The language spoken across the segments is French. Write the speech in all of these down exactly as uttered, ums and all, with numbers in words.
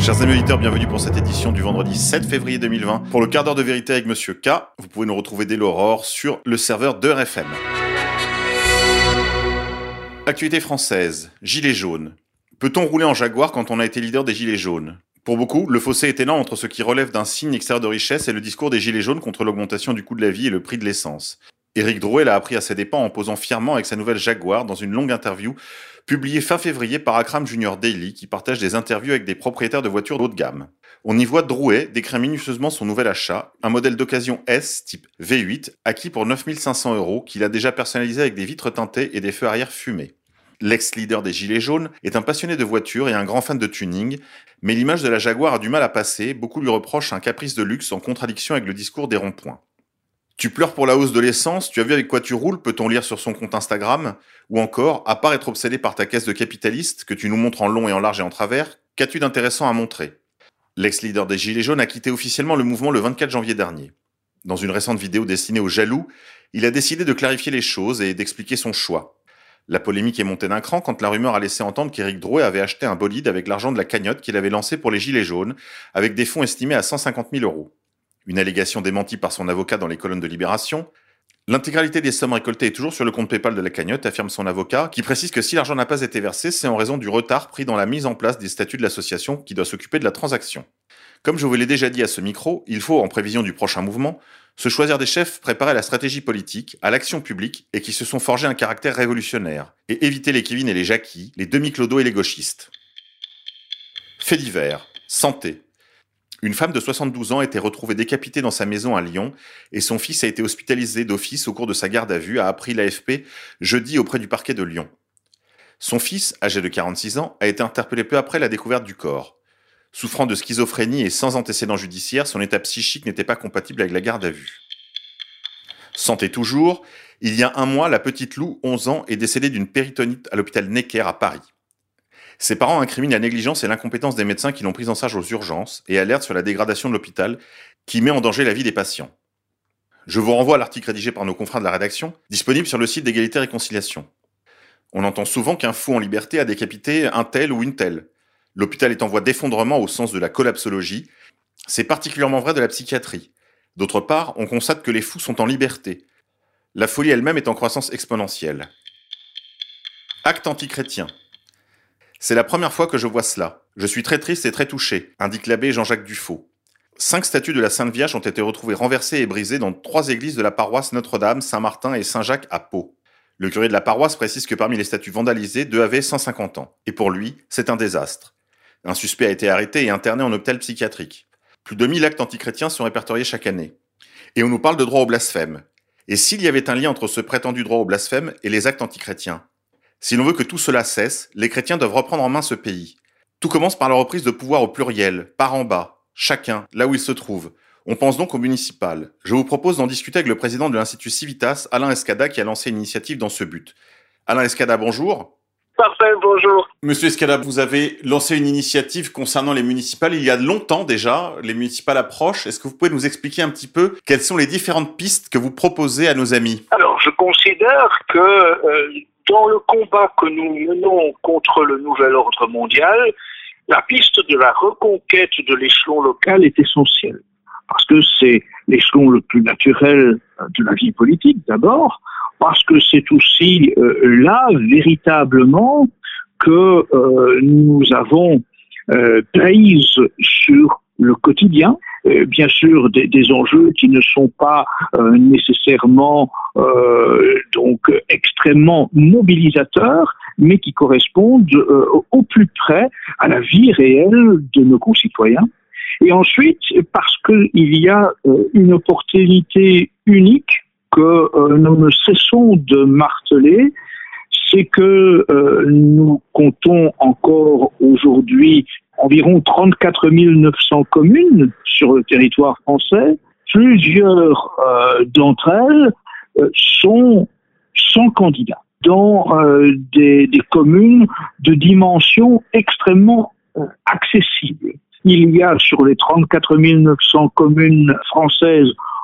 Chers amis auditeurs, bienvenue pour cette édition du vendredi sept février deux mille vingt. Pour le quart d'heure de vérité avec Monsieur K, vous pouvez nous retrouver dès l'aurore sur le serveur de R F M. Actualité française, Gilets jaunes. Peut-on rouler en Jaguar quand on a été leader des Gilets jaunes ? Pour beaucoup, le fossé est énorme entre ce qui relève d'un signe extérieur de richesse et le discours des Gilets jaunes contre l'augmentation du coût de la vie et le prix de l'essence. Éric Drouet l'a appris à ses dépens en posant fièrement avec sa nouvelle Jaguar dans une longue interview publiée fin février par Akram Junior Daily qui partage des interviews avec des propriétaires de voitures haut de gamme. On y voit Drouet décrire minutieusement son nouvel achat, un modèle d'occasion S type V huit acquis pour neuf mille cinq cents euros qu'il a déjà personnalisé avec des vitres teintées et des feux arrière fumés. L'ex-leader des Gilets jaunes est un passionné de voitures et un grand fan de tuning, mais l'image de la Jaguar a du mal à passer, beaucoup lui reprochent un caprice de luxe en contradiction avec le discours des ronds-points. Tu pleures pour la hausse de l'essence, tu as vu avec quoi tu roules, peut-on lire sur son compte Instagram ? Ou encore, à part être obsédé par ta caisse de capitaliste, que tu nous montres en long et en large et en travers, qu'as-tu d'intéressant à montrer ? L'ex-leader des Gilets jaunes a quitté officiellement le mouvement le vingt-quatre janvier dernier. Dans une récente vidéo destinée aux jaloux, il a décidé de clarifier les choses et d'expliquer son choix. La polémique est montée d'un cran quand la rumeur a laissé entendre qu'Éric Drouet avait acheté un bolide avec l'argent de la cagnotte qu'il avait lancé pour les Gilets jaunes, avec des fonds estimés à cent cinquante mille euros. Une allégation démentie par son avocat dans les colonnes de Libération. L'intégralité des sommes récoltées est toujours sur le compte PayPal de la cagnotte, affirme son avocat, qui précise que si l'argent n'a pas été versé, c'est en raison du retard pris dans la mise en place des statuts de l'association qui doit s'occuper de la transaction. Comme je vous l'ai déjà dit à ce micro, il faut, en prévision du prochain mouvement, se choisir des chefs préparés à la stratégie politique, à l'action publique et qui se sont forgés un caractère révolutionnaire, et éviter les Kevin et les Jackie, les demi-clodos et les gauchistes. Fait divers, santé. Une femme de soixante-douze ans a été retrouvée décapitée dans sa maison à Lyon et son fils a été hospitalisé d'office au cours de sa garde à vue, a appris l'A F P jeudi auprès du parquet de Lyon. Son fils, âgé de quarante-six ans, a été interpellé peu après la découverte du corps. Souffrant de schizophrénie et sans antécédent judiciaire, son état psychique n'était pas compatible avec la garde à vue. Santé toujours, il y a un mois, la petite Lou, onze ans, est décédée d'une péritonite à l'hôpital Necker à Paris. Ses parents incriminent la négligence et l'incompétence des médecins qui l'ont prise en charge aux urgences et alertent sur la dégradation de l'hôpital qui met en danger la vie des patients. Je vous renvoie à l'article rédigé par nos confrères de la rédaction, disponible sur le site d'Égalité et Réconciliation. On entend souvent qu'un fou en liberté a décapité un tel ou une telle. L'hôpital est en voie d'effondrement au sens de la collapsologie. C'est particulièrement vrai de la psychiatrie. D'autre part, on constate que les fous sont en liberté. La folie elle-même est en croissance exponentielle. Acte antichrétien. C'est la première fois que je vois cela. Je suis très triste et très touché, indique l'abbé Jean-Jacques Dufaux. Cinq statues de la Sainte Vierge ont été retrouvées renversées et brisées dans trois églises de la paroisse Notre-Dame, Saint-Martin et Saint-Jacques à Pau. Le curé de la paroisse précise que parmi les statues vandalisées, deux avaient cent cinquante ans. Et pour lui, c'est un désastre. Un suspect a été arrêté et interné en hôpital psychiatrique. Plus de mille actes antichrétiens sont répertoriés chaque année. Et on nous parle de droit au blasphème. Et s'il y avait un lien entre ce prétendu droit au blasphème et les actes antichrétiens ? Si l'on veut que tout cela cesse, les chrétiens doivent reprendre en main ce pays. Tout commence par la reprise de pouvoir au pluriel, par en bas, chacun, là où il se trouve. On pense donc au municipal. Je vous propose d'en discuter avec le président de l'Institut Civitas, Alain Escada, qui a lancé une initiative dans ce but. Alain Escada, bonjour. Parfait, bonjour. Monsieur Escada, vous avez lancé une initiative concernant les municipales il y a longtemps déjà. Les municipales approchent. Est-ce que vous pouvez nous expliquer un petit peu quelles sont les différentes pistes que vous proposez à nos amis ? Alors, je considère que euh, dans le combat que nous menons contre le nouvel ordre mondial, la piste de la reconquête de l'échelon local est essentielle. Parce que c'est l'échelon le plus naturel de la vie politique d'abord, parce que c'est aussi euh, là, véritablement, que euh, nous avons euh, prise sur le quotidien, euh, bien sûr des, des enjeux qui ne sont pas euh, nécessairement euh, donc extrêmement mobilisateurs, mais qui correspondent euh, au plus près à la vie réelle de nos concitoyens. Et ensuite, parce qu'il y a euh, une opportunité unique que euh, nous ne cessons de marteler, c'est que euh, nous comptons encore aujourd'hui environ trente-quatre mille neuf cents communes sur le territoire français. Plusieurs euh, d'entre elles euh, sont sans candidat dans euh, des, des communes de dimension extrêmement euh, accessible. Il y a sur les trente-quatre mille neuf cents communes françaises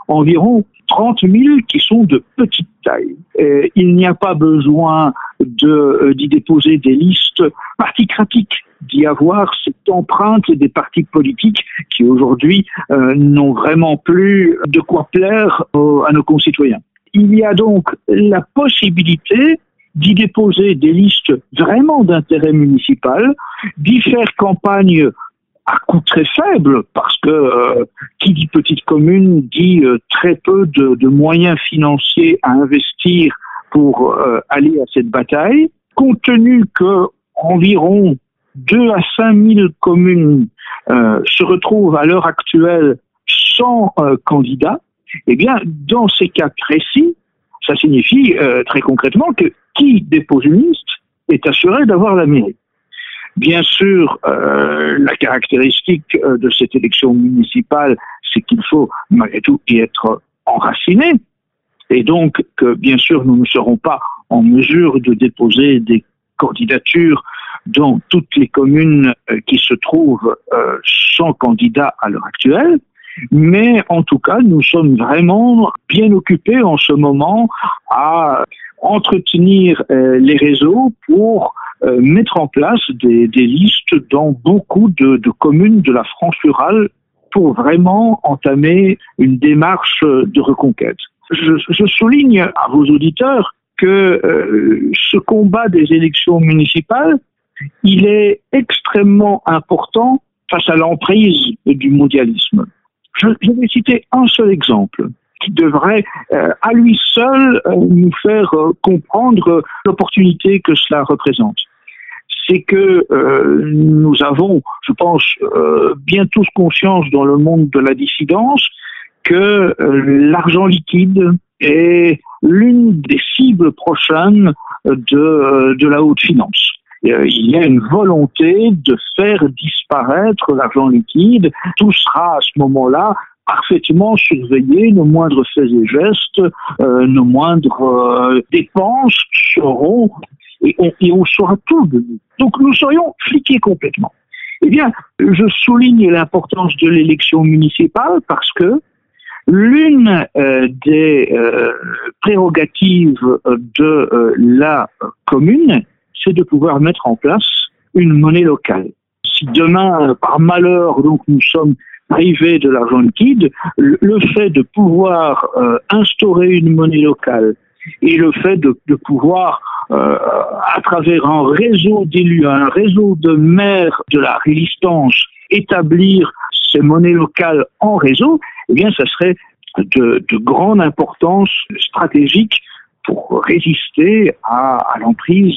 environ trente mille qui sont de petite taille. Et il n'y a pas besoin de, d'y déposer des listes particratiques, d'y avoir cette empreinte des partis politiques qui aujourd'hui euh, n'ont vraiment plus de quoi plaire euh, à nos concitoyens. Il y a donc la possibilité d'y déposer des listes vraiment d'intérêt municipal, d'y faire campagne à coût très faible, parce que euh, qui dit petite commune dit euh, très peu de, de moyens financiers à investir pour euh, aller à cette bataille. Compte tenu que environ deux à cinq mille communes euh, se retrouvent à l'heure actuelle sans euh, candidat, eh bien, dans ces cas précis, ça signifie euh, très concrètement que qui dépose une liste est assuré d'avoir la mairie. Bien sûr, euh, la caractéristique euh, de cette élection municipale, c'est qu'il faut malgré tout y être enraciné, et donc que bien sûr nous ne serons pas en mesure de déposer des candidatures dans toutes les communes euh, qui se trouvent euh, sans candidat à l'heure actuelle. Mais en tout cas, nous sommes vraiment bien occupés en ce moment à entretenir euh, les réseaux pour euh, mettre en place des, des listes dans beaucoup de, de communes de la France rurale pour vraiment entamer une démarche de reconquête. Je, je souligne à vos auditeurs que euh, ce combat des élections municipales, il est extrêmement important face à l'emprise du mondialisme. Je, je vais citer un seul exemple qui devrait euh, à lui seul euh, nous faire euh, comprendre euh, l'opportunité que cela représente. C'est que euh, nous avons, je pense, euh, bien tous conscience dans le monde de la dissidence que euh, l'argent liquide est l'une des cibles prochaines de, de la haute finance. Il y a une volonté de faire disparaître l'argent liquide. Tout sera à ce moment-là parfaitement surveillé, nos moindres faits et gestes, euh, nos moindres euh, dépenses seront, et on, et on saura tout de nous. Donc nous serions fliqués complètement. Eh bien, je souligne l'importance de l'élection municipale parce que l'une euh, des euh, prérogatives de euh, la commune, c'est de pouvoir mettre en place une monnaie locale. Si demain, par malheur, donc nous sommes privés de l'argent liquide, le, le fait de pouvoir euh, instaurer une monnaie locale et le fait de, de pouvoir, euh, à travers un réseau d'élus, un réseau de maires de la résistance, établir ces monnaies locales en réseau, eh bien, ça serait de, de grande importance stratégique pour résister à, à l'emprise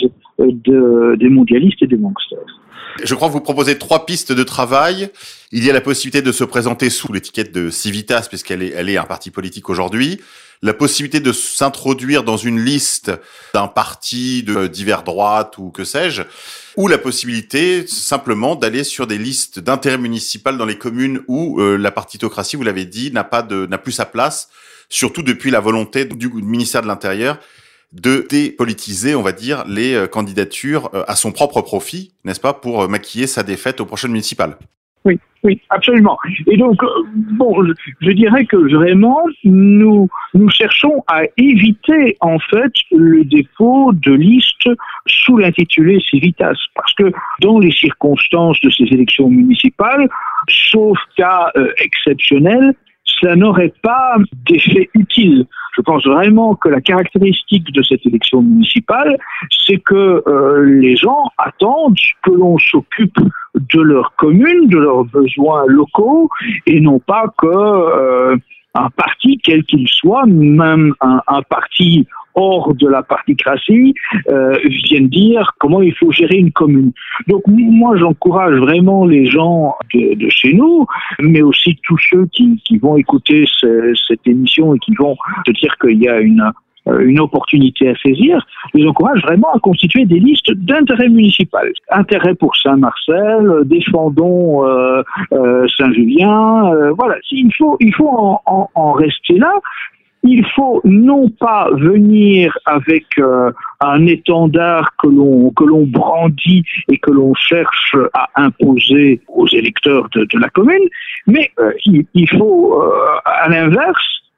de, des mondialistes et des gangsters. Je crois que vous proposez trois pistes de travail. Il y a la possibilité de se présenter sous l'étiquette de Civitas, puisqu'elle est, elle est un parti politique aujourd'hui. La possibilité de s'introduire dans une liste d'un parti de divers droites ou que sais-je. Ou la possibilité simplement d'aller sur des listes d'intérêt municipal dans les communes où euh, la partitocratie, vous l'avez dit, n'a pas de, n'a plus sa place. Surtout depuis la volonté du ministère de l'Intérieur de dépolitiser, on va dire, les euh, candidatures euh, à son propre profit, n'est-ce pas, pour euh, maquiller sa défaite aux prochaines municipales. Oui, oui, absolument. Et donc, euh, bon, je, je dirais que vraiment, nous, nous cherchons à éviter, en fait, le dépôt de listes sous l'intitulé Civitas. Parce que dans les circonstances de ces élections municipales, sauf cas euh, exceptionnels, cela n'aurait pas d'effet utile. Je pense vraiment que la caractéristique de cette élection municipale, c'est que euh, les gens attendent que l'on s'occupe de leur commune, de leurs besoins locaux, et non pas que euh, un parti, quel qu'il soit, même un, un parti hors de la particratie, euh, vienne dire comment il faut gérer une commune. Donc moi j'encourage vraiment les gens de, de chez nous, mais aussi tous ceux qui, qui vont écouter ce, cette émission et qui vont se dire qu'il y a une, une opportunité à saisir, je les encourage vraiment à constituer des listes d'intérêt municipal. Intérêt pour Saint-Marcel, défendons euh, euh, Saint-Julien, euh, voilà. Il faut, il faut en, en, en rester là. Il faut non pas venir avec euh, un étendard que l'on que l'on brandit et que l'on cherche à imposer aux électeurs de, de la commune, mais euh, il, il faut, euh, à l'inverse,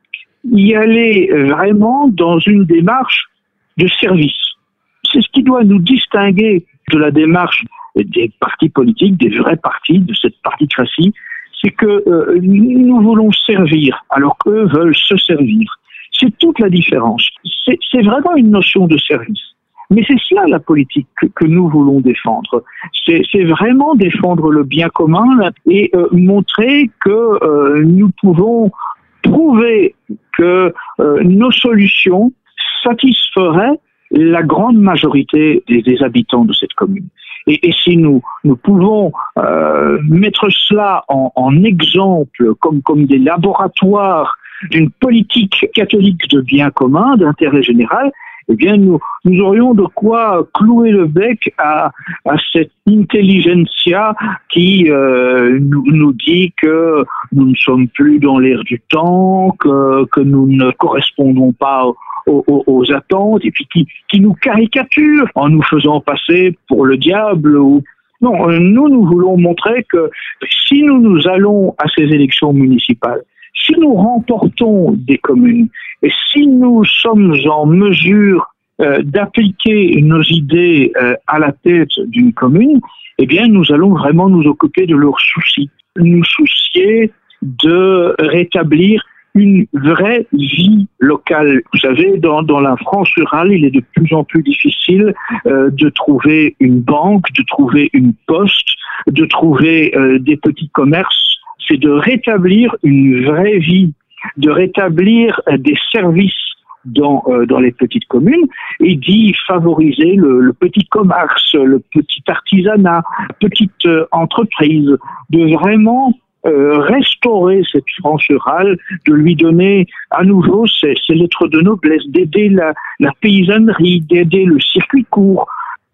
y aller vraiment dans une démarche de service. C'est ce qui doit nous distinguer de la démarche des partis politiques, des vrais partis, de cette particratie, c'est que euh, nous voulons servir alors qu'eux veulent se servir. C'est toute la différence. C'est, c'est vraiment une notion de service. Mais c'est cela la politique que, que nous voulons défendre. C'est, c'est vraiment défendre le bien commun et euh, montrer que euh, nous pouvons prouver que euh, nos solutions satisferaient la grande majorité des, des habitants de cette commune. Et, et si nous, nous pouvons euh, mettre cela en, en exemple comme, comme des laboratoires d'une politique catholique de bien commun, d'intérêt général, eh bien, nous, nous aurions de quoi clouer le bec à, à cette intelligentsia qui euh, nous, nous dit que nous ne sommes plus dans l'ère du temps, que, que nous ne correspondons pas aux, aux, aux attentes, et puis qui, qui nous caricature en nous faisant passer pour le diable. Ou... Non, nous, nous voulons montrer que si nous nous allons à ces élections municipales, si nous remportons des communes et si nous sommes en mesure euh, d'appliquer nos idées euh, à la tête d'une commune, eh bien, nous allons vraiment nous occuper de leurs soucis, nous soucier de rétablir une vraie vie locale. Vous savez, dans, dans la France rurale, il est de plus en plus difficile euh, de trouver une banque, de trouver une poste, de trouver euh, des petits commerces. C'est de rétablir une vraie vie, de rétablir euh, des services dans, euh, dans les petites communes et d'y favoriser le, le petit commerce, le petit artisanat, petite euh, entreprise, de vraiment euh, restaurer cette France rurale, de lui donner à nouveau ses, ses lettres de noblesse, d'aider la, la paysannerie, d'aider le circuit court.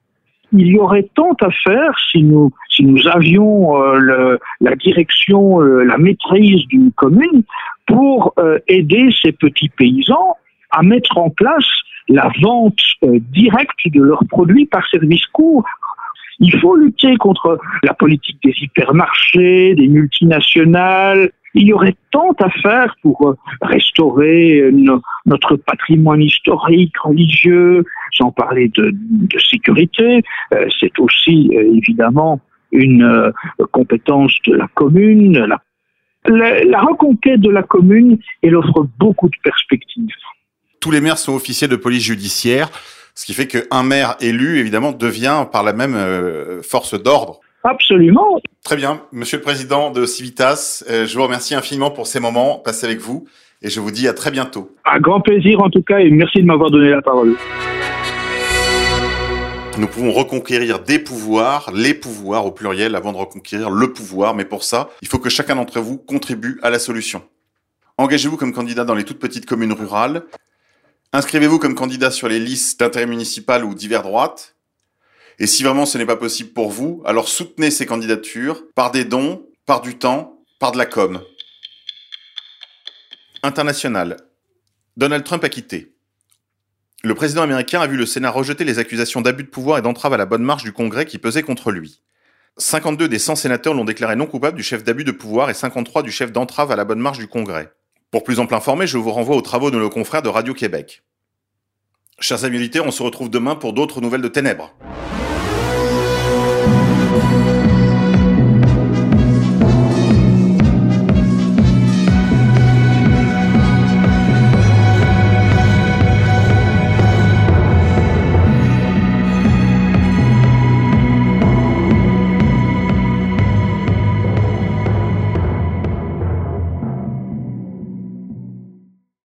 Il y aurait tant à faire si nous si nous avions euh, le, la direction, euh, la maîtrise d'une commune pour euh, aider ces petits paysans à mettre en place la vente euh, directe de leurs produits par service court. Il faut lutter contre la politique des hypermarchés, des multinationales. Il y aurait tant à faire pour euh, restaurer no, notre patrimoine historique, religieux, sans parler de, de sécurité. Euh, c'est aussi euh, évidemment une euh, compétence de la commune. La, la, la reconquête de la commune, elle offre beaucoup de perspectives. Tous les maires sont officiers de police judiciaire, ce qui fait qu'un maire élu, évidemment, devient par la même euh, force d'ordre. Absolument. Très bien. Monsieur le Président de Civitas, euh, je vous remercie infiniment pour ces moments passés avec vous et je vous dis à très bientôt. Un grand plaisir en tout cas et merci de m'avoir donné la parole. Nous pouvons reconquérir des pouvoirs, les pouvoirs au pluriel, avant de reconquérir le pouvoir. Mais pour ça, il faut que chacun d'entre vous contribue à la solution. Engagez-vous comme candidat dans les toutes petites communes rurales. Inscrivez-vous comme candidat sur les listes d'intérêt municipal ou divers droites. Et si vraiment ce n'est pas possible pour vous, alors soutenez ces candidatures par des dons, par du temps, par de la com. International. Donald Trump a quitté. Le président américain a vu le Sénat rejeter les accusations d'abus de pouvoir et d'entrave à la bonne marche du Congrès qui pesaient contre lui. cinquante-deux des cent sénateurs l'ont déclaré non coupable du chef d'abus de pouvoir et cinquante-trois du chef d'entrave à la bonne marche du Congrès. Pour plus ample informé, je vous renvoie aux travaux de nos confrères de Radio-Québec. Chers amis auditeurs, on se retrouve demain pour d'autres nouvelles de ténèbres.